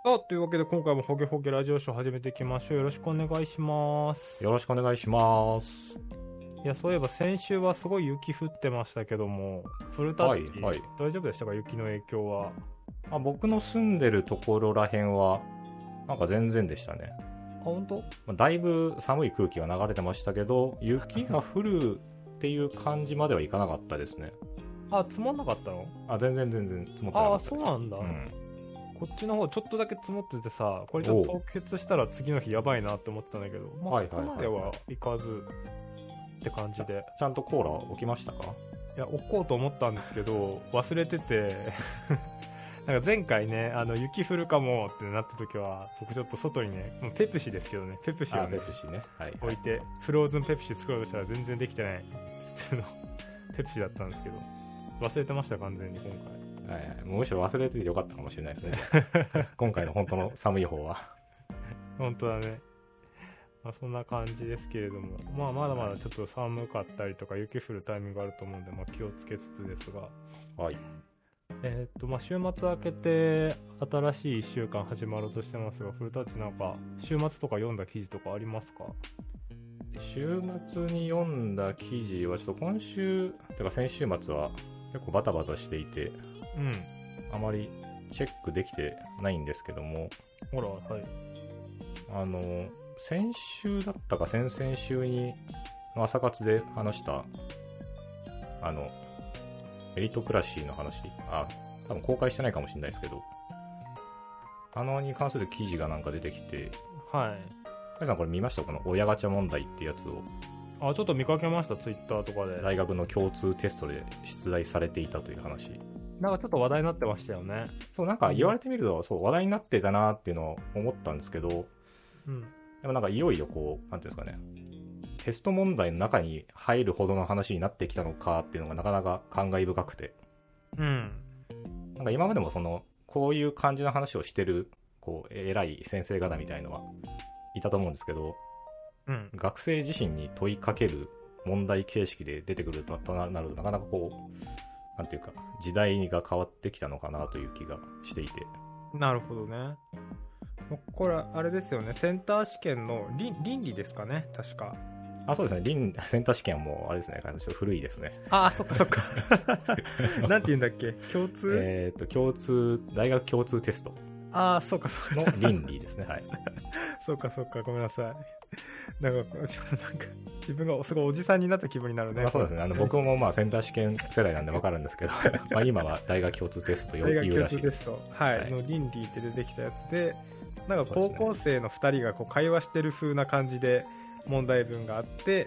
というわけで今回もホゲホゲラジオショー始めていきましょう。よろしくお願いします。 よろしくお願いします。 いや、そういえば先週はすごい雪降ってましたけども、フルタッチ、大丈夫でしたか、雪の影響は。 僕の住んでるところらへんはなんか全然でしたね。 本当？ だいぶ寒い空気が流れてましたけど、雪が降るっていう感じまではいかなかったですね。 積もんなかったの？ 全然積もってなかったです。 そうなんだ、こっちの方ちょっとだけ積もっててさ、これちょっと凍結したら次の日やばいなって思ってたんだけど、そこまではいかずって感じで。 ちゃんとコーラ置きましたか？ いや、置こうと思ったんですけど忘れててなんか前回ね、雪降るかもってなった時は僕ちょっと外にね、もうペプシですけどね、ペプシをね、置いてフローズンペプシ作ろうとしたら全然できてない普通のペプシだったんですけど、忘れてました完全に今回。 むしろ忘れててよかったかもしれないですね今回の本当の寒い方は本当だね。そんな感じですけれども、まだまだちょっと寒かったりとか雪降るタイミングがあると思うんで、気をつけつつですが、週末明けて新しい1週間始まろうとしてますが、古舘なんか週末とか読んだ記事とかありますか？ 週末に読んだ記事はちょっと今週てか先週末は結構バタバタしていて、あまりチェックできてないんですけども、先週だったか先々週に朝活で話したメリトクラシーの話、多分公開してないかもしれないですけど、に関する記事がなんか出てきて、皆さんこれ見ました？この親ガチャ問題ってやつを。 ちょっと見かけました、ツイッターとかで。 大学の共通テストで出題されていたという話。 なんかちょっと話題になってましたよね。 そう、なんか言われてみると、そう話題になってたなっていうのを思ったんですけど、でもなんかいよいよこう、なんていうんですかね、テスト問題の中に入るほどの話になってきたのかっていうのがなかなか感慨深くて、なんか今までもこういう感じの話をしてるこう偉い先生方みたいのはいたと思うんですけど、学生自身に問いかける問題形式で出てくるとなると、なかなかこうなんていうか時代が変わってきたのかなという気がしていて。 なるほどね。これあれですよね、センター試験の倫理ですかね、確か。 そうですね、センター試験はもうあれですね、ちょっと古いですね。 そっかそっかなんて言うんだっけ、共通大学共通テストそうかそうかの倫理ですねそうかそうか、ごめんなさい。なんか自分がすごいおじさんになった気分になるね。 そうですね、僕もセンター試験世代なんで分かるんですけど今は大学共通テストというらしい。 大学共通テスト、の倫理って出てきたやつで、なんか高校生の2人がこう会話してる風な感じで問題文があって、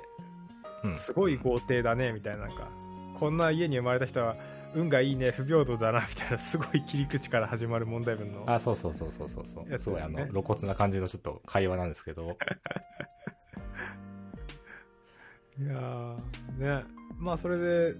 すごい豪邸だねみたいな、なんかこんな家に生まれた人は運がいいね、不平等だなみたいな、すごい切り口から始まる問題文の。 そうすごい露骨な感じのちょっと会話なんですけどいやね、それで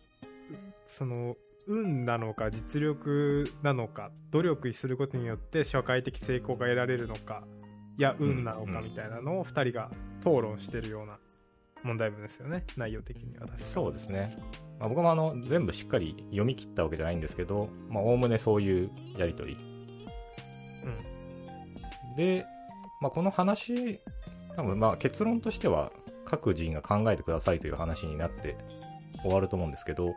運なのか実力なのか、努力することによって社会的成功が得られるのか、いや運なのかみたいなのを2人が討論してるような問題文ですよね、内容的には。 そうですね、僕も全部しっかり読み切ったわけじゃないんですけど、おおむねそういうやりとり、で、この話多分結論としては各人が考えてくださいという話になって終わると思うんですけど、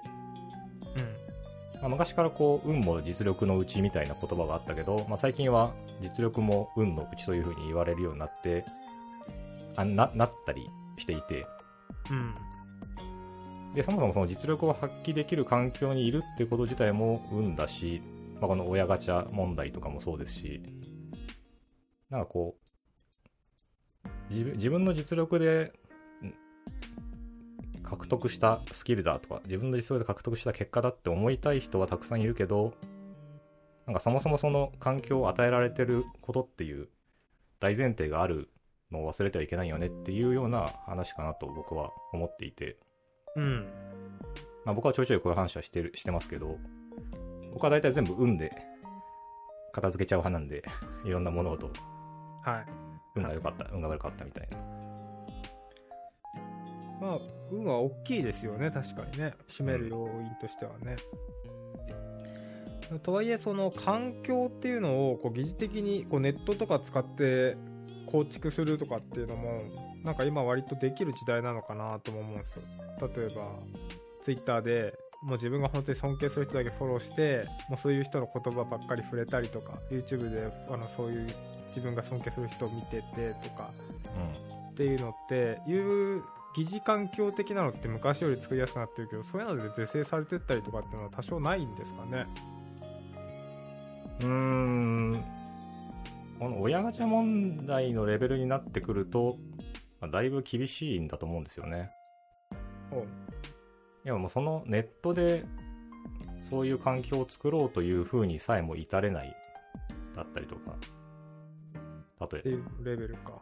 昔からこう運も実力のうちみたいな言葉があったけど、最近は実力も運のうちという風に言われるようになってなったりしていて、でそもそもその実力を発揮できる環境にいるってこと自体も運だし、この親ガチャ問題とかもそうですし、なんかこう自分の実力で獲得したスキルだとか、自分の実力で獲得した結果だって思いたい人はたくさんいるけど、なんかそもそもその環境を与えられてることっていう大前提があるのを忘れてはいけないよねっていうような話かなと僕は思っていて、僕はちょいちょいこういう話はしてますけど、僕は大体全部運で片付けちゃう派なんで、いろんな物事、運が良かった、運が悪かったみたいな。 運は大きいですよね、確かにね、占める要因としてはね。 とはいえその環境っていうのをこう疑似的にこうネットとか使って構築するとかっていうのもなんか今割とできる時代なのかなとも思うんですよ。例えばツイッターでもう自分が本当に尊敬する人だけフォローしてもうそういう人の言葉ばっかり触れたりとか YouTube でそういう自分が尊敬する人を見ててとか、っていうのっていう疑似環境的なのって昔より作りやすくなってるけどそういうので是正されてったりとかっていうのは多少ないんですかね。 この親ガチャ問題のレベルになってくると、だいぶ厳しいんだと思うんですよね。いやもうそのネットでそういう環境を作ろうという風にさえも至れないだったりとか、例えばっていうレベルか。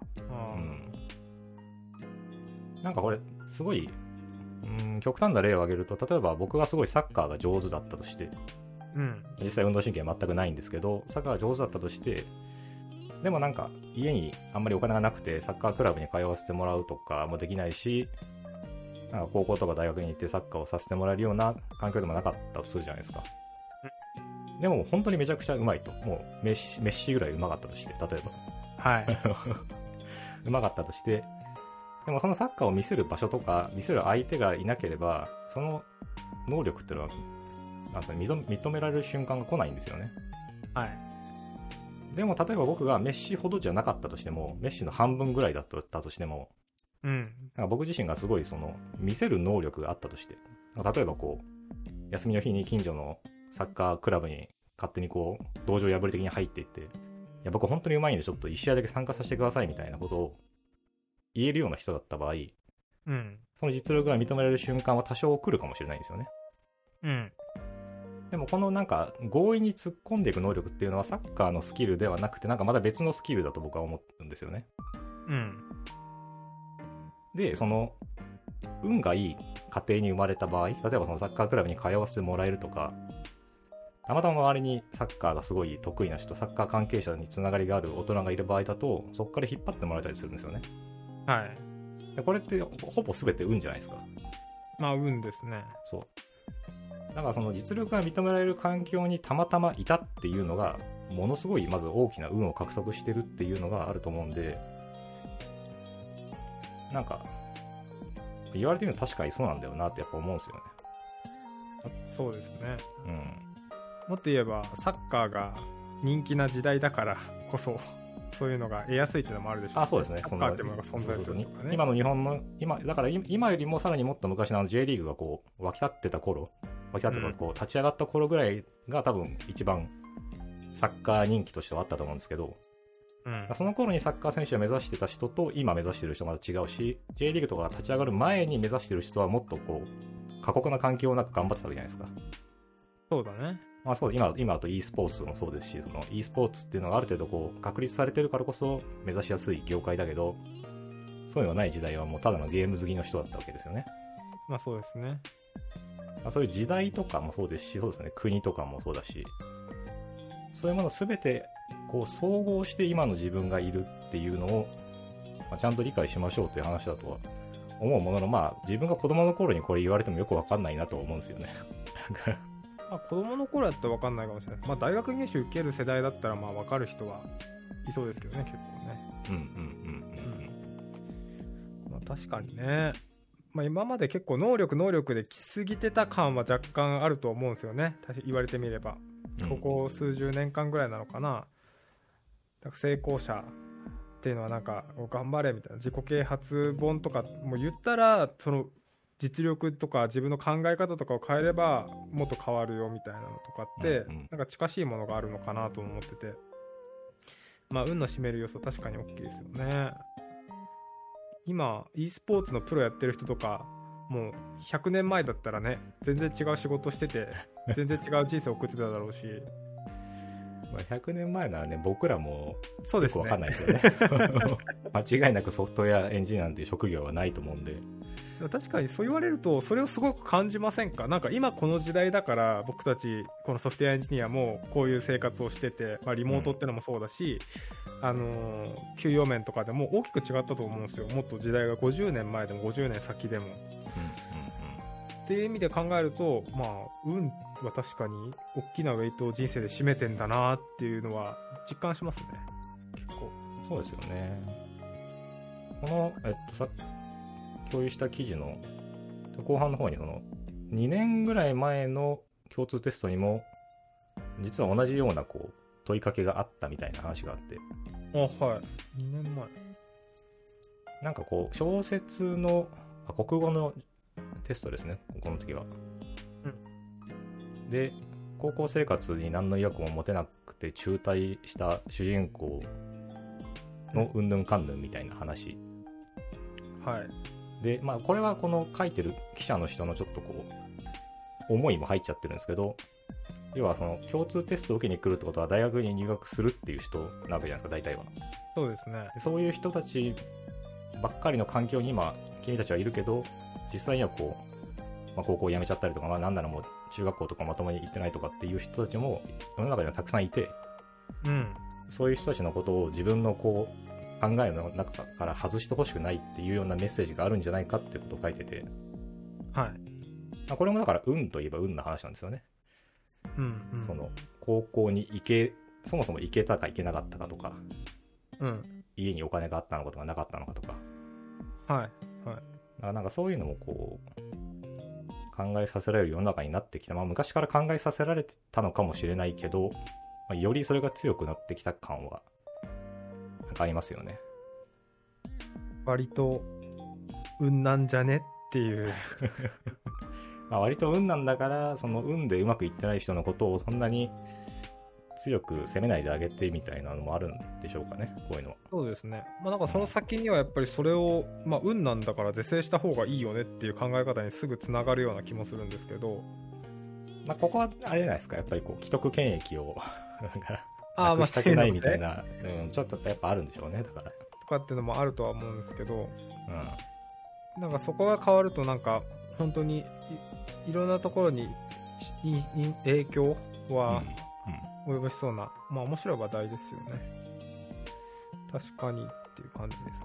なんかこれすごい極端な例を挙げると、例えば僕がすごいサッカーが上手だったとして、実際運動神経は全くないんですけどサッカーが上手だったとして、でもなんか家にあんまりお金がなくてサッカークラブに通わせてもらうとかもできないし、なんか高校とか大学に行ってサッカーをさせてもらえるような環境でもなかったとするじゃないですか。でも本当にめちゃくちゃうまいと、もうメッシぐらいうまかったとして、例えばうまかったとして、でもそのサッカーを見せる場所とか見せる相手がいなければその能力っていうのはなんか認められる瞬間が来ないんですよね。でも例えば僕がメッシほどじゃなかったとしても、メッシの半分ぐらいだったとしても、なんか僕自身がすごいその見せる能力があったとして、例えばこう休みの日に近所のサッカークラブに勝手にこう道場破り的に入っていって、いや僕本当に上手いんでちょっと1試合だけ参加させてくださいみたいなことを言えるような人だった場合、その実力が認められる瞬間は多少来るかもしれないんですよね。でもこのなんか強引に突っ込んでいく能力っていうのはサッカーのスキルではなくて、なんかまた別のスキルだと僕は思うんですよね。で、その運がいい家庭に生まれた場合、例えばそのサッカークラブに通わせてもらえるとか、たまたま周りにサッカーがすごい得意な人、サッカー関係者につながりがある大人がいる場合だと、そこから引っ張ってもらえたりするんですよね。でこれってほぼ全て運じゃないですか。 運ですね。 そう。だからその実力が認められる環境にたまたまいたっていうのがものすごいまず大きな運を獲得してるっていうのがあると思うんで、なんか言われてみると確かにそうなんだよなってやっぱ思うんですよね。 そうですね。もっと言えばサッカーが人気な時代だからこそそういうのが得やすいっていうのもあるでしょう。 そうですね。 サッカーっていうものが存在するとかね。 今の日本のだから今よりもさらにもっと昔のJ リーグがこう湧き立ってた頃、こう立ち上がった頃ぐらいが多分一番サッカー人気としてはあったと思うんですけど、その頃にサッカー選手を目指してた人と今目指してる人はまた違うし、J リーグとかが立ち上がる前に目指してる人はもっとこう過酷な環境の中頑張ってたわけじゃないですか。 そうだね。 そう今だと e スポーツもそうですし、その e スポーツっていうのがある程度こう確立されてるからこそ目指しやすい業界だけど、そういうのがない時代はもうただのゲーム好きの人だったわけですよね。 そうですね。 そういう時代とかもそうですし、そうですね、国とかもそうだし、そういうもの全てこう総合して今の自分がいるっていうのを、ちゃんと理解しましょうという話だとは思うものの、自分が子供の頃にこれ言われてもよくわかんないなと思うんですよね。 子供の頃やったらわかんないかもしれない。大学入試受ける世代だったらわかる人はいそうですけどね、結構ね。確かにね。今まで結構能力で来すぎてた感は若干あると思うんですよね。言われてみれば。ここ数十年間ぐらいなのかな。成功者っていうのはなんか頑張れみたいな自己啓発本とかも言ったらその実力とか自分の考え方とかを変えればもっと変わるよみたいなのとかってなんか近しいものがあるのかなと思ってて、運の占める要素確かに大きいですよね。今 e スポーツのプロやってる人とかもう100年前だったらね全然違う仕事してて全然違う人生送ってただろうし 100年前ならね僕らもそうですねよくわかんないですよね間違いなくソフトウェアエンジニアなんていう職業はないと思うんで。 確かにそう言われるとそれをすごく感じませんか。なんか今この時代だから僕たちこのソフトウェアエンジニアもこういう生活をしてて、リモートってのもそうだし、給与面とかでも大きく違ったと思うんですよ。もっと時代が50年前でも50年先でも、ってっていう意味で考えると、まあ、運は確かに大きなウェイトを人生で占めてんだなっていうのは実感しますね。結構。 そうですよね。この、共有した記事の後半の方に、その、2年ぐらい前の共通テストにも、実は同じような、こう、問いかけがあったみたいな話があって。 あ、はい。2年前。 なんかこう、小説の、国語のテストですね、この時は。うん。で、高校生活に何の意欲も持てなくて中退した主人公のうんぬんかんぬんみたいな話。 はい。 で、まあこれはこの書いてる記者の人のちょっとこう、思いも入っちゃってるんですけど、要はその共通テストを受けに来るってことは大学に入学するっていう人なわけじゃないですか、大体は。 そうですね。 そういう人たちばっかりの環境に今、君たちはいるけど、実際にはこう、まあ、高校を辞めちゃったりとか、まあ、なんならもう中学校とかまともに行ってないとかっていう人たちも世の中にはたくさんいて、 うん、 そういう人たちのことを自分のこう考えの中から外してほしくないっていうようなメッセージがあるんじゃないかっていうことを書いてて、 はい。 まあ、これもだから運といえば運の話なんですよね。 うんうん、 その高校にそもそも行けたか行けなかったかとか、 うん、 家にお金があったのかとかなかったのかとか、 はいはい。 なんかそういうのもこう考えさせられる世の中になってきた。まあ昔から考えさせられてたのかもしれないけど、まあ、よりそれが強くなってきた感はなんかありますよね。 割と運なんじゃねっていうまあ割と運なんだから、その運でうまくいってない人のことをそんなに強く責めないであげてみたいなのもあるんでしょうかね、こういうのは。 そうですね。まあなんかその先にはやっぱりそれを、まあ運なんだから是正した方がいいよねっていう考え方にすぐつながるような気もするんですけど、 まあここはあれじゃないですか、やっぱりこう既得権益をなくしたくないみたいな、ちょっとやっぱあるんでしょうね、だから。 とかっていうのもあるとは思うんですけど、なんかそこが変わるとなんか本当にいろんなところに影響は、及ぼしそうな、まあ面白い話題ですよね。確かにっていう感じですね。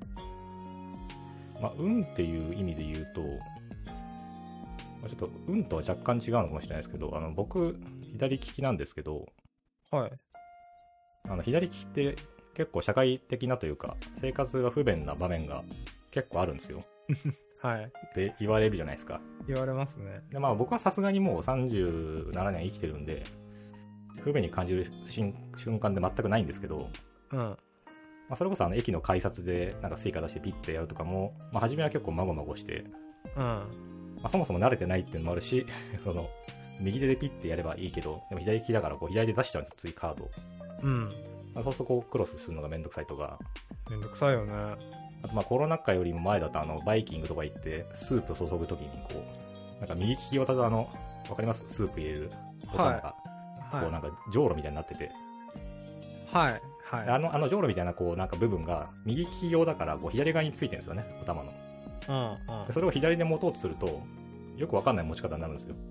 まあ運っていう意味で言うと、ちょっと運とは若干違うのかもしれないですけど、僕左利きなんですけど、 はい。 左利きって結構社会的なというか生活が不便な場面が結構あるんですよ。 はい。 って言われるじゃないですか。 言われますね。 でまあ僕はさすがにもう37年生きてるんで。不便に感じる瞬間で全くないんですけど、まあ、それこそ駅の改札でなんかスイカ出してピッてやるとかも、まあ、初めは結構まごまごして、まあ、そもそも慣れてないっていうのもあるしその右手でピッてやればいいけど、でも左利きだからこう左で出しちゃうんです、ついカード、まあ、そうするとこうクロスするのがめんどくさいとか。 めんどくさいよね。 あとまあコロナ禍よりも前だとバイキングとか行ってスープ注ぐときにこうなんか右利き用だとわかります？スープ入れるボタンが、こうなんかじょうろみたいになってて、 はいはい、 あのじょうろみたいなこうなんか部分が右利き用だからこう左側についてるんですよね、頭の。でそれを左で持とうとするとよくわかんない持ち方になるんですよ。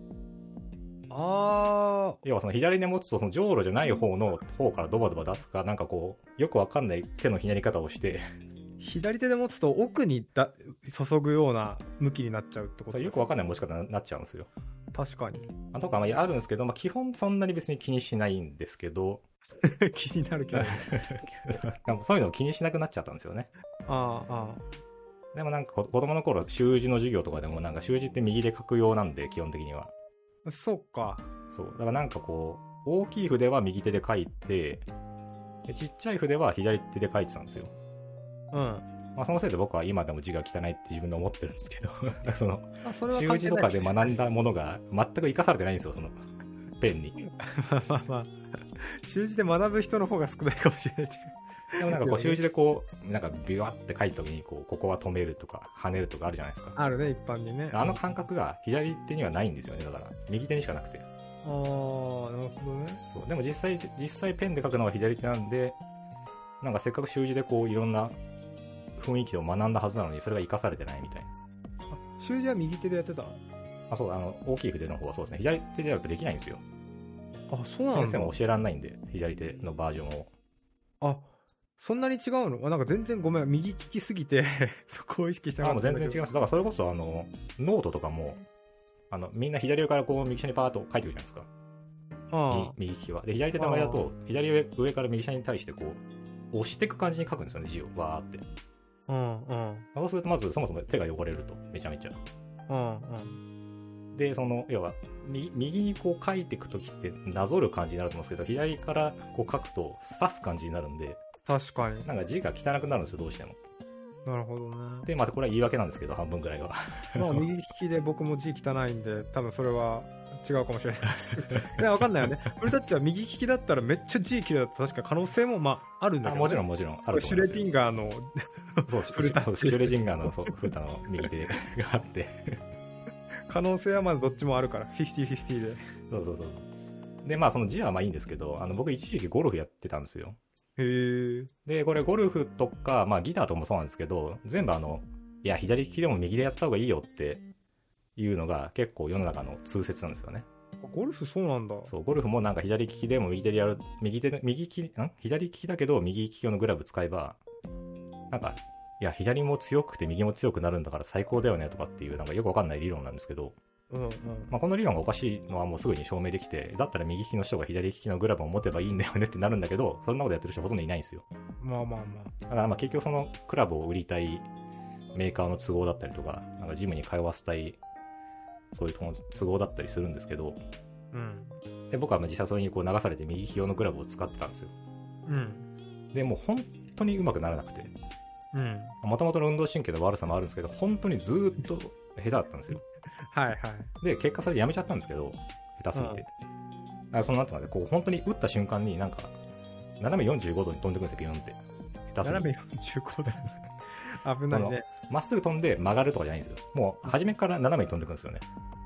要はその左で持つとそのじょうろじゃない方からドバドバ出すか、なんかこうよくわかんない手のひねり方をして左手で持つと奥に注ぐような向きになっちゃうってことですか？ よくわかんない持ち方になっちゃうんですよ。 確かに。 とかまああるんですけど、まあ、基本そんなに別に気にしないんですけど気になるけどそういうのを気にしなくなっちゃったんですよね。でもなんか子供の頃習字の授業とかでもなんか習字って右で書くようなんで基本的には。 そっか。 そうだからなんかこう大きい筆は右手で書いて、ちっちゃい筆は左手で書いてたんですよ。まあ、そのせいで僕は今でも字が汚いって自分で思ってるんですけどその習字とかで学んだものが全く生かされてないんですよ、そのペンにまあ習字で学ぶ人の方が少ないかもしれないけど、でもなんかこう習字でこうなんかビワって書いた時にここは止めるとか跳ねるとかあるじゃないですか。 あるね、一般にね。 あの感覚が左手にはないんですよね。だから右手にしかなくて。 なるほどね。 そうでも実際ペンで書くのは左手なんで、なんかせっかく習字でこういろんな雰囲気を学んだはずなのにそれが生かされてないみたいな。 習字は右手でやってた？ そう、大きい筆の方はそうですね。左手ではできないんですよ。 そうなんだ。 先生も教えられないんで、左手のバージョンを。 そんなに違うの？なんか全然ごめん、右利きすぎてそこを意識したかったんだけど。 もう全然違います。だからそれこそノートとかも、 みんな左上からこう右下にパーッと書いてるじゃないですか。右利きは。で、左手の場合だと、左上から右下に対してこう、押していく感じに書くんですよね、字を。わーって。そうすると、まずそもそも手が汚れると、めちゃめちゃ。で、要は、右にこう書いていくときってなぞる感じになると思うんですけど、左からこう書くと刺す感じになるんで、 確かに。 なんか字が汚くなるんですよ、どうしても。 なるほどね。 で、またこれは言い訳なんですけど、半分ぐらいは。 まあ、右利きで僕も字汚いんで、多分それは違うかもしれないです。わかんないよね。フルタッチは右利きだったらめっちゃ字綺麗だったら確か可能性もまああるんだけど、ね。 もちろんあると思います。 シュレディンガーのフルタッチ。シュレディンガーのフルタの右手があって。 可能性はまだどっちもあるから、50-50で。 そう。で、まあその字はまあいいんですけど、僕一時期ゴルフやってたんですよ。で、これゴルフとか、まあギターとかもそうなんですけど、全部いや、左利きでも右でやった方がいいよっていうのが結構世の中の通説なんですよね。 ゴルフそうなんだ。 そう、ゴルフもなんか左利きでも右手でやる、左利きだけど右利き用のグラブ使えば、なんか、いや、左も強くて右も強くなるんだから最高だよねとかっていう、なんかよくわかんない理論なんですけど、まあ、この理論がおかしいのはもうすぐに証明できて、だったら右利きの人が左利きのグラブを持てばいいんだよねってなるんだけど、そんなことやってる人ほとんどいないんですよ。 まあ。 だからまあ結局そのクラブを売りたいメーカーの都合だったりとか、なんかジムに通わせたい、そういう都合だったりするんですけど、で、僕は実際それにこう流されて右利き用のグラブを使ってたんですよ。で、もう本当に上手くならなくて、もともとの運動神経の悪さもあるんですけど、本当にずーっと下手だったんですよ。で、結果それでやめちゃったんですけど、下手すぎて。そのなんつうのこう本当に打った瞬間になんか、斜め45度に飛んでくるんですよ、ビヨンって。下手すぎて。 斜め45度危ないね。 まっすぐ飛んで曲がるとかじゃないんですよ。もう、初めから斜めに飛んでくるんですよね。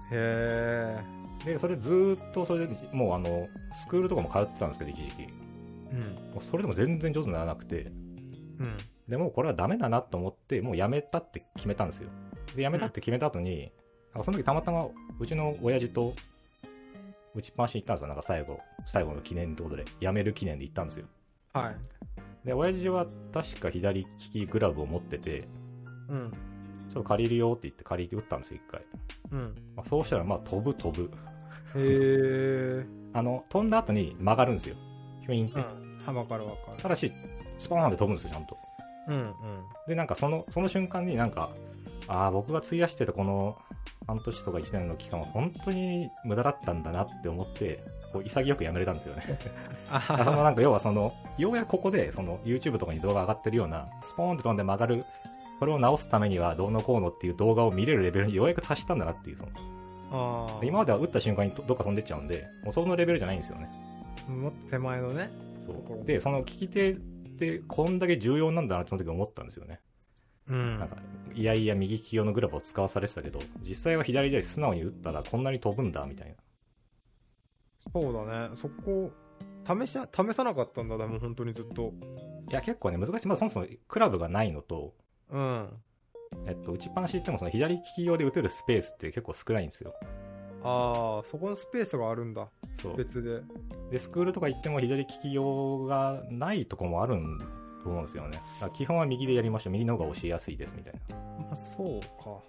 で、それずーっと、それで、もうスクールとかも通ってたんですけど、一時期。もうそれでも全然上手にならなくて。でもこれはダメだなと思って、もうやめたって決めたんですよ。で、やめたって決めた後に、その時たまたまうちの親父と打ちっぱなしに行ったんですよ。なんか最後の記念ってことで、やめる記念で行ったんですよ。で、親父は確か左利きグラブを持ってて、ちょっと借りるよって言って借りて打ったんですよ、一回。そうしたら、まあ飛ぶ。飛んだ後に曲がるんですよ。ヒュインって。 わかる。 ただし、スポーンって飛ぶんですよ、ちゃんと。で、なんかその瞬間になんか、僕が費やしてたこの半年とか1年の期間は本当に無駄だったんだなって思って、こう潔くやめれたんですよね。なんか要はようやくここでYouTube とかに動画上がってるような、スポーンって飛んで曲がる、これを直すためにはどうのこうのっていう動画を見れるレベルにようやく達したんだなっていう、今までは打った瞬間にどっか飛んでっちゃうんで、もうそのレベルじゃないんですよね。 もっと手前のね。 そう。で、その利き手ってこんだけ重要なんだなってその時思ったんですよね。なんかいやいや右利き用のグラブを使わされてたけど、実際は左で素直に打ったらこんなに飛ぶんだみたいな。 そうだね。そこ試さなかったんだ。でも本当にずっと。 いや結構ね難しい。まずそもそもクラブがないのと、打ちっぱなしっても左利き用で打てるスペースって結構少ないんですよ。 そこのスペースがあるんだ。 そう。 別で。 でスクールとか行っても左利き用がないとこもあると思うんですよね。基本は右でやりましょう。右の方が教えやすいですみたいな。 そうか。そう。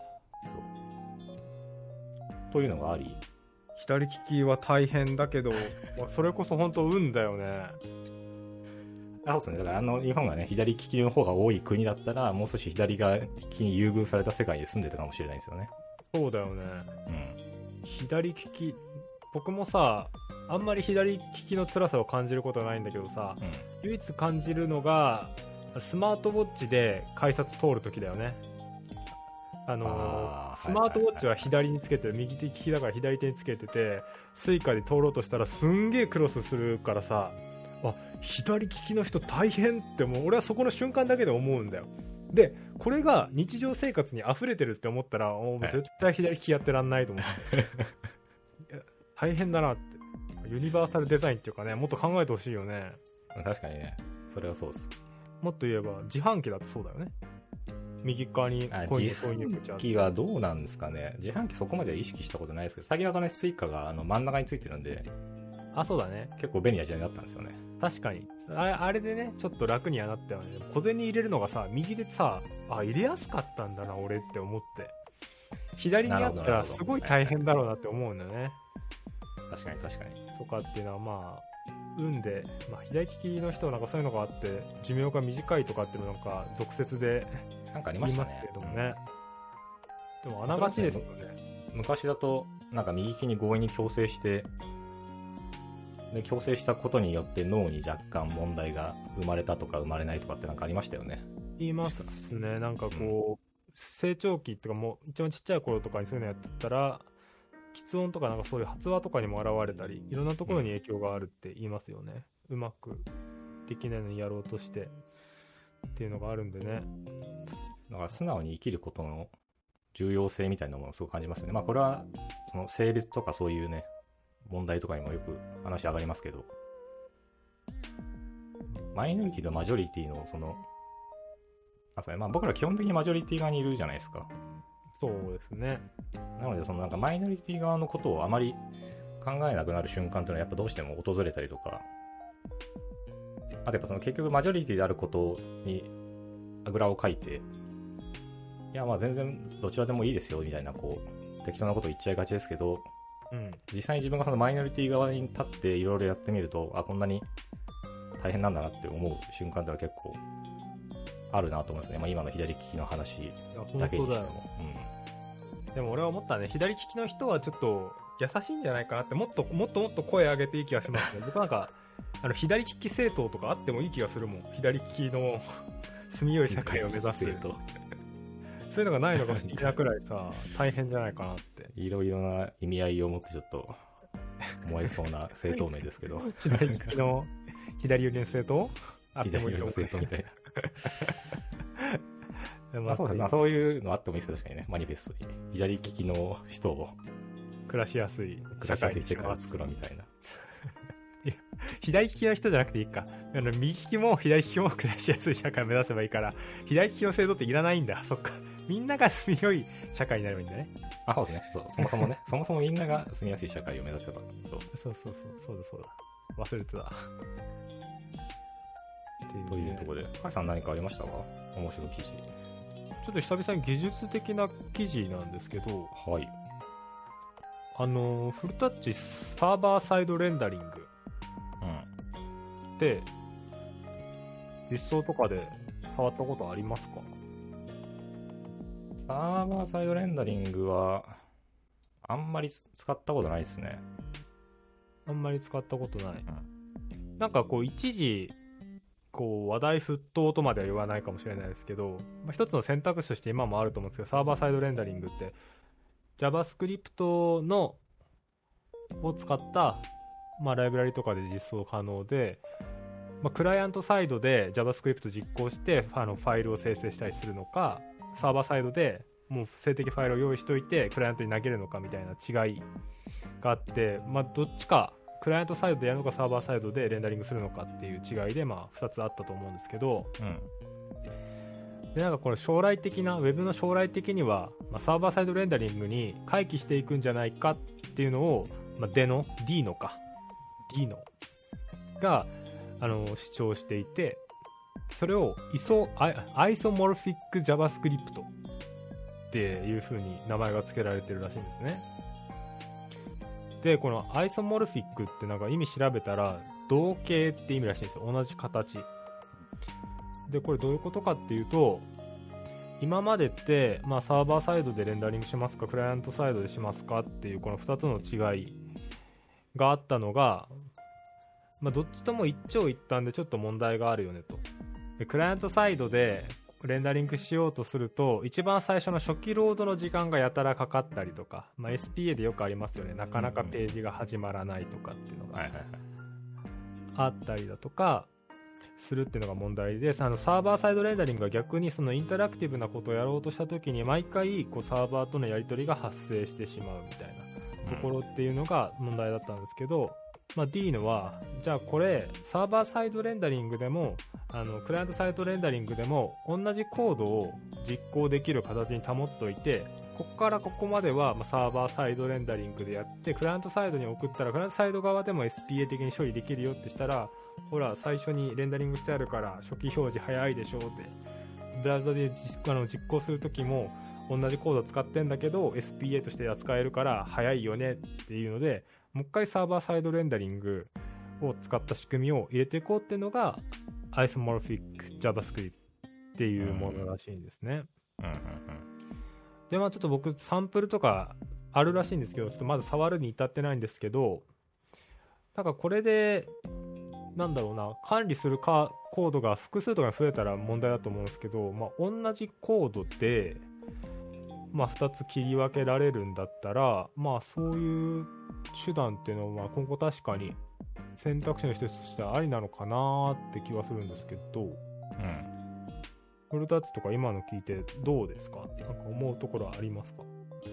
というのがあり。 左利きは大変だけど、それこそ本当運だよね。 そうですね。だから日本がね、左利きの方が多い国だったら、もう少し左利きに優遇された世界に住んでたかもしれないですよね。 そうだよね。左利き、僕もさ、あんまり左利きの辛さを感じることはないんだけどさ、唯一感じるのが、スマートウォッチで改札通るときだよね。スマートウォッチは左につけて、右利きだから左手につけてて、スイカで通ろうとしたらすんげえクロスするからさ、左利きの人大変ってもう俺はそこの瞬間だけで思うんだよ。で、これが日常生活に溢れてるって思ったら、絶対左利きやってらんないと思って大変だなって。ユニバーサルデザインっていうかね、もっと考えてほしいよね。 確かにね、それはそうです。 もっと言えば自販機だとそうだよね。右側にコイン自販機はどうなんですかね。自販機そこまでは意識したことないですけど、最近はね、スイカが真ん中についてるんで、 そうだね。 結構便利な時代になったんですよね。 確かに。あれでね、ちょっと楽にはなったよね。小銭入れるのがさ、右でさ、入れやすかったんだな、俺って思って。 左にあったらすごい大変だろうなって思うんだよね。 確かに確かに。 とかっていうのはまあ運で、左利きの人はなんかそういうのがあって寿命が短いとかっていうのなんか俗説でなんかありましたね。 言いますけどもね。でもあながちですよね。 昔だとなんか右利きに強引に矯正してで矯正したことによって脳に若干問題が生まれたとか生まれないとかってなんかありましたよね。 言いますね。なんかこう、成長期っていうかもう一番ちっちゃい頃とかにそういうのやってたら喫音とかなんかそういう発話とかにも現れたりいろんなところに影響があるって言いますよね。うまくできないのにやろうとしてっていうのがあるんでね。 だから素直に生きることの重要性みたいなものをすごく感じますよね。まあこれはその性別とかそういうね問題とかにもよく話上がりますけど、マイノリティとマジョリティのその僕ら基本的にマジョリティ側にいるじゃないですか。 そうですね。 なのでそのなんかマイノリティ側のことをあまり考えなくなる瞬間というのはやっぱどうしても訪れたりとか、あとやっぱその結局マジョリティであることにあぐらをかいて、いやまあ全然どちらでもいいですよみたいなこう適当なことを言っちゃいがちですけど、実際に自分がそのマイノリティ側に立っていろいろやってみると、こんなに大変なんだなって思う瞬間ってのは結構あるなと思いますね。今の左利きの話だけにしても。 でも俺は思ったね、左利きの人はちょっと優しいんじゃないかなって、もっと声上げていい気がしますね。僕なんか左利き政党とかあってもいい気がするもん。左利きの住みよい社会を目指す政党そういうのがないのかもしれないくらいさ大変じゃないかなって。 いろいろな意味合いを持ってちょっと思えそうな政党名ですけど左利きの左寄りの政党あってもいい左寄りの政党みたいなそうですね。そういうのあってもいいですけど、確かにね、マニフェストに左利きの人を暮らしやすい世界を作ろうみたいな。 いや左利きの人じゃなくていいか。右利きも左利きも暮らしやすい社会を目指せばいいから、左利きの制度っていらないんだ。そっか。みんなが住みよい社会になればいいんだね。 そうですね。そもそもね、そもそもみんなが住みやすい社会を目指せば。 そうだ。忘れてた。 というところで、甲斐さん何かありましたか？面白い記事。 ちょっと久々に技術的な記事なんですけど、 はい。 フルタッチサーバーサイドレンダリングで、実装とかで触ったことありますか？ サーバーサイドレンダリングはあんまり使ったことないですね。 あんまり使ったことない。なんかこう一時こう話題沸騰とまでは言わないかもしれないですけど、一つの選択肢として今もあると思うんですけど、サーバーサイドレンダリングって JavaScript を使った、ライブラリとかで実装可能で、クライアントサイドで JavaScript 実行してファイルを生成したりするのか、サーバーサイドでもう静的ファイルを用意しておいてクライアントに投げるのかみたいな違いがあって、どっちかクライアントサイドでやるのかサーバーサイドでレンダリングするのかっていう違いで2つあったと思うんですけど、でなんかこれ将来的なウェブの将来的には、サーバーサイドレンダリングに回帰していくんじゃないかっていうのを、デノが主張していて、それをアイソモルフィック JavaScript っていう風に名前が付けられてるらしいんですね。でこのアイソモルフィックってなんか意味調べたら同型って意味らしいんですよ。同じ形で、これどういうことかっていうと、今までって、サーバーサイドでレンダリングしますかクライアントサイドでしますかっていうこの2つの違いがあったのが、どっちとも一長一短でちょっと問題があるよねと。でクライアントサイドでレンダリングしようとすると一番最初の初期ロードの時間がやたらかかったりとか、SPA でよくありますよね。なかなかページが始まらないとかっていうのがあったりだとかするっていうのが問題で、サーバーサイドレンダリングは逆にそのインタラクティブなことをやろうとした時に毎回こうサーバーとのやり取りが発生してしまうみたいなところっていうのが問題だったんですけど、D のはじゃあこれサーバーサイドレンダリングでもクライアントサイドレンダリングでも同じコードを実行できる形に保っておいて、ここからここまではサーバーサイドレンダリングでやってクライアントサイドに送ったらクライアントサイド側でも SPA 的に処理できるよってしたら、ほら最初にレンダリングしてあるから初期表示早いでしょって、ブラウザで実行するときも同じコードを使ってんだけど SPA として扱えるから早いよねっていうので、もう一回サーバーサイドレンダリングを使った仕組みを入れていこうっていうのが Isomorphic JavaScript っていうものらしいんですね。でちょっと僕サンプルとかあるらしいんですけど、ちょっとまだ触るに至ってないんですけど、なんかこれでなんだろうな、管理するコードが複数とか増えたら問題だと思うんですけど、同じコードで2つ切り分けられるんだったら、そういう手段っていうのは今後確かに選択肢の一つとしてはありなのかなって気はするんですけど、フルタッチとか今の聞いてどうですか？なんか思うところはありますか？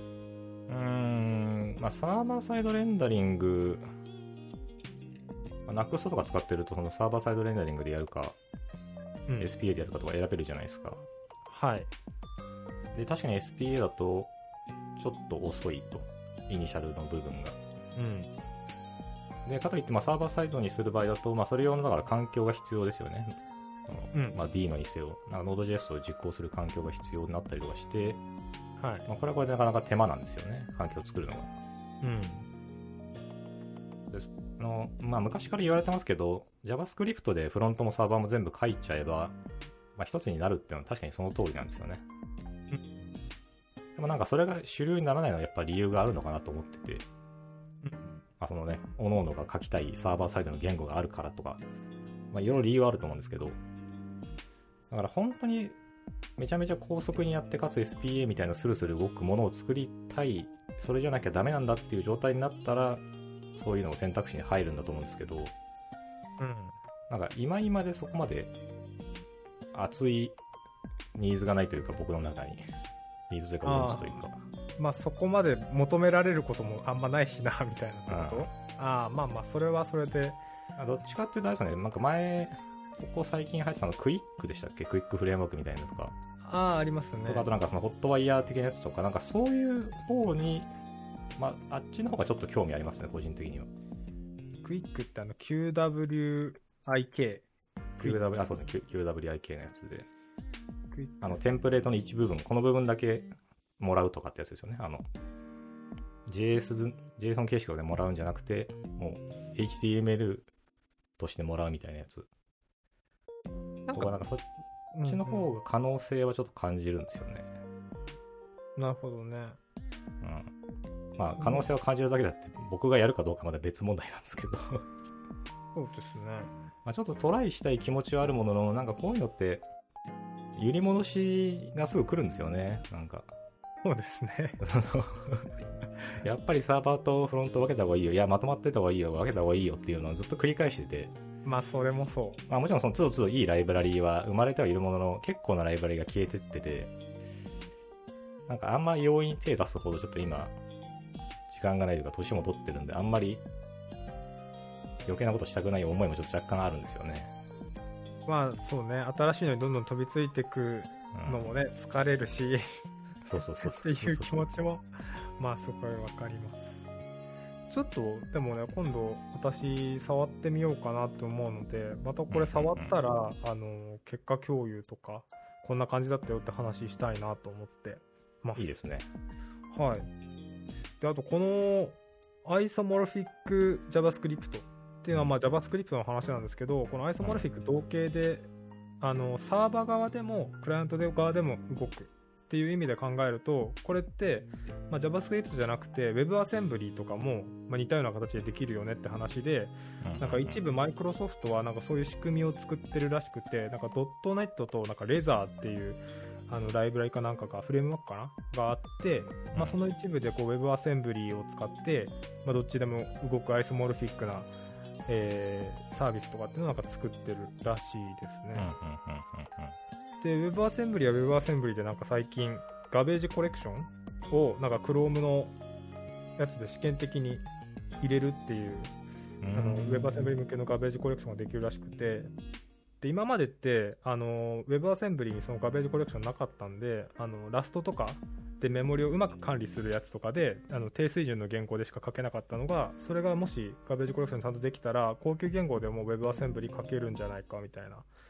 サーバーサイドレンダリング、NUXT とか使ってるとそのサーバーサイドレンダリングでやるか、SPA でやるかとか選べるじゃないですか。 はい。 で確かに SPA だとちょっと遅いと、イニシャルの部分が。でかといってサーバーサイドにする場合だと、それ用のだから環境が必要ですよね。D のにせよ、Node.js を実行する環境が必要になったりとかして、これはこれでなかなか手間なんですよね、環境を作るのが。です昔から言われてますけど、JavaScript でフロントもサーバーも全部書いちゃえば、一つになるっていうのは確かにその通りなんですよね。でもそれが主流にならないのはやっぱり理由があるのかなと思ってて、そのね、各々が書きたいサーバーサイドの言語があるからとか、いろいろ理由はあると思うんですけど、だから本当にめちゃめちゃ高速にやってかつ SPA みたいなスルスル動くものを作りたい、それじゃなきゃダメなんだっていう状態になったら、そういうのを選択肢に入るんだと思うんですけど、今でそこまで熱いニーズがないというか、僕の中にニーズというかウォンチというか、 そこまで求められることもあんまないしなみたいなこと。それはそれでどっちかっていうとあれですね、前ここ最近入ってたのクイックでしたっけ、クイックフレームワークみたいなのとか、 ありますね。 とか、あとそのホットワイヤー的なやつとか、そういう方に、あっちの方がちょっと興味ありますね、個人的には。 クイックって QWIK。 そうですね、QWIK のやつで。テンプレートの一部分、この部分だけもらうとかってやつですよね。JSON 形式でもらうんじゃなくて、もう HTML としてもらうみたいなやつ。そっちの方が可能性はちょっと感じるんですよね。 なるほどね。 可能性を感じるだけだって、僕がやるかどうかまだ別問題なんですけど。 そうですね。 ちょっとトライしたい気持ちはあるものの、こういうのって、揺り戻しがすぐ来るんですよね。 そうですね。 やっぱりサーバーとフロント分けた方がいいよ。いや、まとまってた方がいいよ。分けた方がいいよっていうのをずっと繰り返してて。 それもそう。 もちろんその都度都度いいライブラリーは生まれてはいるものの、結構なライブラリーが消えてってて、あんま容易に手出すほどちょっと今、時間がないというか、年も取ってるんで、あんまり余計なことしたくない思いもちょっと若干あるんですよね。 そうね、新しいのにどんどん飛びついていくのもね、疲れるし、 そうっていう気持ちも、そこはわかります。ちょっと、でもね、今度私触ってみようかなと思うので、またこれ触ったら、結果共有とか、こんな感じだったよって話したいなと思ってます。 いいですね。 はい。で、あとこの Isomorphic JavaScriptっていうのはJavaScript の話なんですけど、この Isomorphic 同型で、サーバー側でもクライアント側でも動くっていう意味で考えると、これって、JavaScript じゃなくて WebAssembly とかも、似たような形でできるよねって話で、一部マイクロソフトはそういう仕組みを作ってるらしくて、.NET とLather っていうライブラリかなんかがフレームワークかながあって、その一部でWebAssembly を使って、どっちでも動くアイソモルフィックな、サービスとかっていうのを作ってるらしいですね。で、WebAssembly は WebAssembly で最近ガベージコレクションをChrome のやつで試験的に入れるっていう、WebAssembly 向けのガベージコレクションができるらしくて、で今までってWebAssembly にそのガベージコレクションなかったんで、ラストとかでメモリをうまく管理するやつとかで低水準の言語でしか書けなかったのが、それがもしガベージコレクションちゃんとできたら高級言語でも WebAssembly 書けるんじゃないかみたいな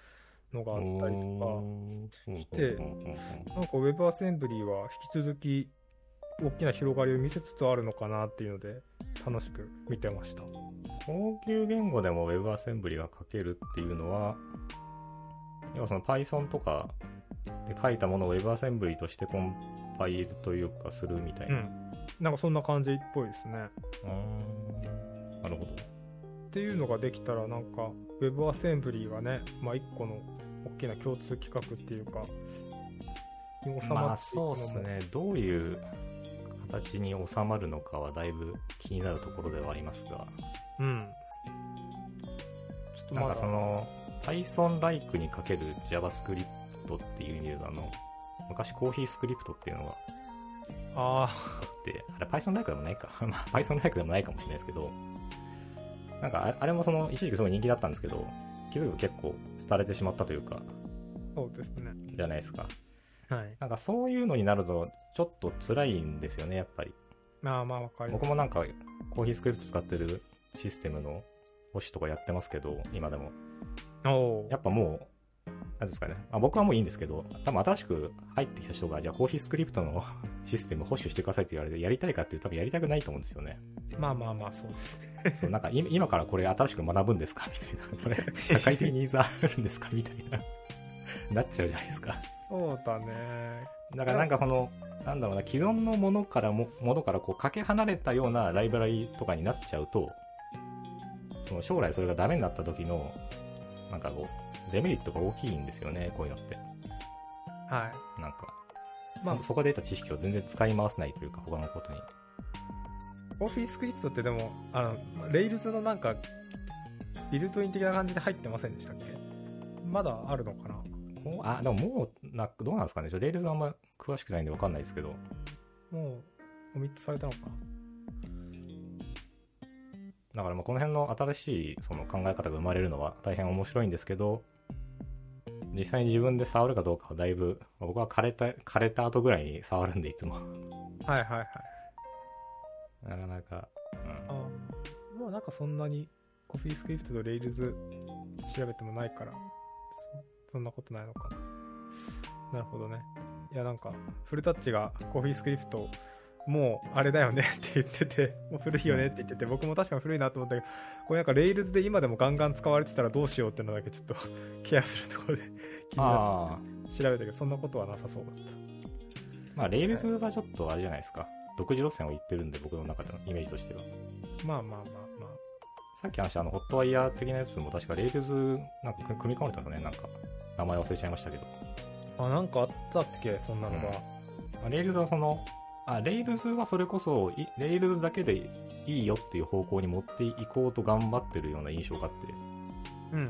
のがあったりとかして、なんか WebAssembly は引き続き大きな広がりを見せつつあるのかなっていうので楽しく見てました。 高級言語でも WebAssembly が書けるっていうのは、要はその Python とかで書いたものを WebAssembly としてコンパイルというかするみたいな。 なんかそんな感じっぽいですね。 なるほど。 っていうのができたらなんか WebAssembly がね、まあ一個の大きな共通規格っていうかに収まっていくのも、 そうですね。どういう形に収まるのかはだいぶ気になるところではありますが、 ちょっとなんかその Python-like にかける JavaScript っていう意味で昔コーヒースクリプトっていうのがあって、あれ Python-like でもないかPython-like でもないかもしれないですけど、なんかあれもその一時期すごい人気だったんですけど、気づくと結構廃れてしまったというか、 そうですね、 じゃないですか。 はい。 なんかそういうのになるとちょっと辛いんですよね、やっぱり。 まあわかります。 僕もなんかコーヒースクリプト使ってるシステムの保守とかやってますけど、今でも。やっぱもう、なんですかね。僕はもういいんですけど、多分新しく入ってきた人が、じゃあコーヒースクリプトのシステム保守してくださいって言われて、やりたいかっていうと多分やりたくないと思うんですよね。 まあそうですね。そう、なんか今からこれ新しく学ぶんですかみたいな。これ、社会的ニーズあるんですかみたいな。なっちゃうじゃないですか。 そうだね。 だからなんかこの、なんだろうな、既存のものからこうかけ離れたようなライブラリとかになっちゃうと、その将来それがダメになった時のなんかこうデメリットが大きいんですよね、こういうのって。 はい。 なんか、そこで得た知識を全然使い回せないというか、他のことに。 コーヒースクリプトってでもレイルズのなんかビルトイン的な感じで入ってませんでしたっけ？まだあるのかな？ でももうどうなんですかね。レイルズあんま詳しくないんで分かんないですけど。 もうオミットされたのかな。 だからこの辺の新しいその考え方が生まれるのは大変面白いんですけど、実際に自分で触るかどうかはだいぶ、僕は枯れた後ぐらいに触るんでいつも。 はい。 なかなか、 もうなんかそんなにコフィースクリプトとレイルズ調べてもないから、そんなことないのかな。なるほどね。いやなんかフルタッチがコフィースクリプトもうあれだよねって言ってて、もう古いよねって言ってて、僕も確かに古いなと思ったけど、これなんかレイルズで今でもガンガン使われてたらどうしようっていうのだけちょっとケアするところで気になって調べたけど、そんなことはなさそうだった。 レイルズはちょっとあれじゃないですか。独自路線を行ってるんで、僕の中でのイメージとしては。 まあ。 さっき話したホットワイヤー的なやつも確かレイルズなんか組み込まれたんですよね。なんか名前忘れちゃいましたけど。 なんかあったっけ、そんなのが。 レイルズはレイルズはそれこそレイルズだけでいいよっていう方向に持っていこうと頑張ってるような印象があって、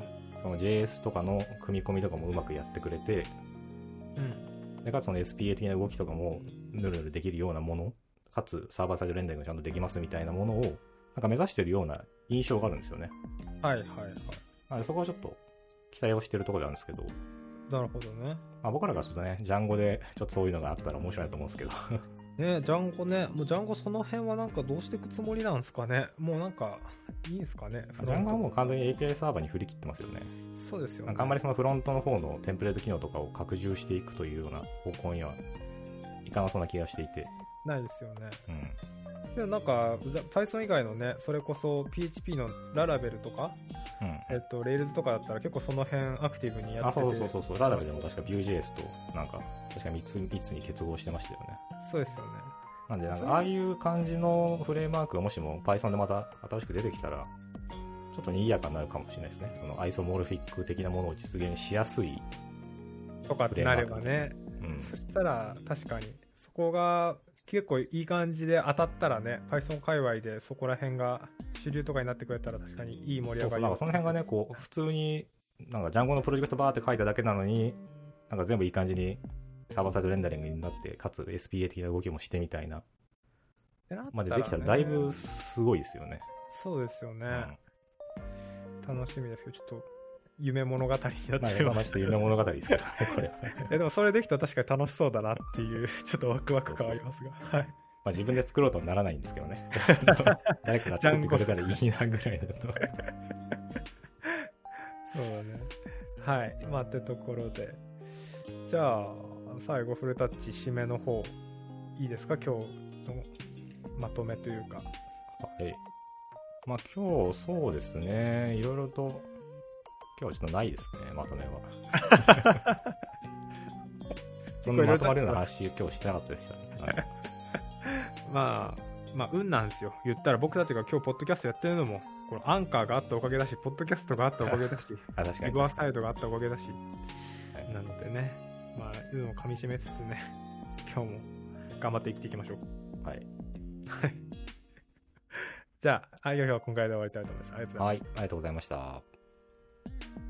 その JS とかの組み込みとかもうまくやってくれて、でかつその SPA 的な動きとかもヌルヌルできるようなもの、かつサーバーサイドレンダリングがちゃんとできますみたいなものをなんか目指してるような印象があるんですよね。 はい。 そこはちょっと期待をしてるところなんですけど。 なるほどね。 僕らがするとね、ジャンゴでちょっとそういうのがあったら面白いと思うんですけど。 ね、ジャンゴね、もうジャンゴその辺はなんかどうしていくつもりなんですかね。もうなんかいいんですかね。 ジャンゴはもう完全に API サーバーに振り切ってますよね。 そうですよね。 なんかあんまりそのフロントの方のテンプレート機能とかを拡充していくというような方向にはいかなそうな気がしていて。 ないですよね。でもなんか Python 以外のね、それこそ PHP のララベルとか、レイルズとかだったら結構その辺アクティブにやってて。 そう。ララベルでも確か Vue.js となんか確か3つに結合してましたよね。 そうですよね。 なんでああいう感じのフレームワークがもしも Python でまた新しく出てきたら、ちょっと賑やかになるかもしれないですね。そのアイソモルフィック的なものを実現しやすいとかってなればね。そしたら確かにそこが結構いい感じで当たったらね、Python 界隈でそこら辺が主流とかになってくれたら確かにいい盛り上がり。 なんかその辺がね、こう普通になんか Django のプロジェクトバーって書いただけなのに、なんか全部いい感じにサーバーサイドレンダリングになって、かつ SPA 的な動きもしてみたいなまでできたらだいぶすごいですよね。 そうですよね。楽しみですけど、ちょっと夢物語になっちゃいました。 ちょっと夢物語ですけどね、これ。 でもそれできたら確かに楽しそうだなっていう、ちょっとワクワク感ありますが。はい。 自分で作ろうとはならないんですけどね。誰かが作ってくれたらいいなぐらいだと。 そうだね。 はい。まあ、ってところで。じゃあ、最後、フルタッチ締めの方、いいですか？今日のまとめというか。 はい。まあ、今日、そうですね。いろいろと、今日はちょっとないですね、まとめは。そんなまとまるような話、今日してなかったですよね。 まあ、運なんですよ。言ったら僕たちが今日、ポッドキャストやってるのも、このアンカーがあったおかげだし、ポッドキャストがあったおかげだし、リバーサイドがあったおかげだし、なのでね、まあ、運をかみしめつつね、今日も頑張って生きていきましょう。 はい。 じゃあ、今日は今回で終わりたいと思います。ありがとうございました。 はい、ありがとうございました。